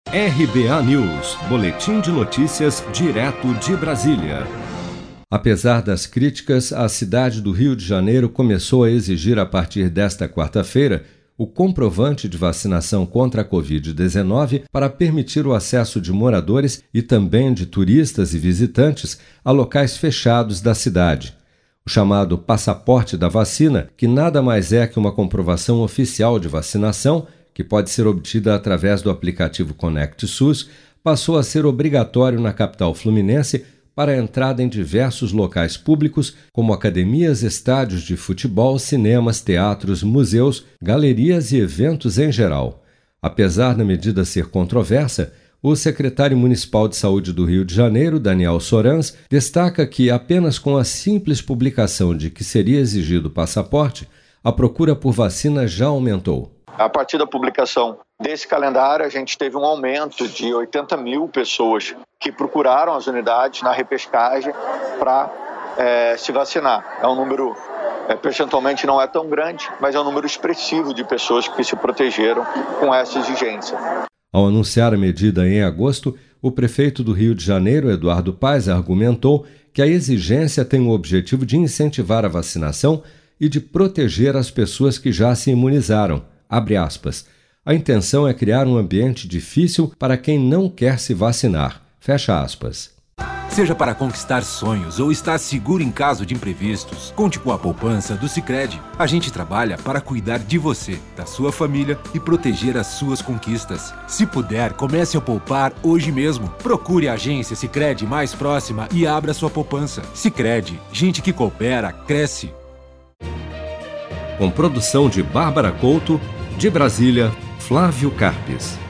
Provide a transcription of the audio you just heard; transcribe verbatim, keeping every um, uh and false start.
R B A News, boletim de notícias direto de Brasília. Apesar das críticas, a cidade do Rio de Janeiro começou a exigir a partir desta quarta-feira o comprovante de vacinação contra a covid dezenove para permitir o acesso de moradores e também de turistas e visitantes a locais fechados da cidade. O chamado passaporte da vacina, que nada mais é que uma comprovação oficial de vacinação, que pode ser obtida através do aplicativo Conect SUS, passou a ser obrigatório na capital fluminense para a entrada em diversos locais públicos, como academias, estádios de futebol, cinemas, teatros, museus, galerias e eventos em geral. Apesar da medida ser controversa, o secretário municipal de saúde do Rio de Janeiro, Daniel Sorans, destaca que apenas com a simples publicação de que seria exigido o passaporte, a procura por vacina já aumentou. A partir da publicação desse calendário, a gente teve um aumento de oitenta mil pessoas que procuraram as unidades na repescagem para é, se vacinar. É um número, é, percentualmente não é tão grande, mas é um número expressivo de pessoas que se protegeram com essa exigência. Ao anunciar a medida em agosto, o prefeito do Rio de Janeiro, Eduardo Paes, argumentou que a exigência tem o objetivo de incentivar a vacinação e de proteger as pessoas que já se imunizaram. Abre aspas. A intenção é criar um ambiente difícil para quem não quer se vacinar. Fecha aspas. Seja para conquistar sonhos ou estar seguro em caso de imprevistos, conte com a poupança do Sicredi. A gente trabalha para cuidar de você, da sua família e proteger as suas conquistas. Se puder, comece a poupar hoje mesmo. Procure a agência Sicredi mais próxima e abra sua poupança. Sicredi, gente que coopera, cresce. Com produção de Bárbara Couto, de Brasília, Flávio Carpes.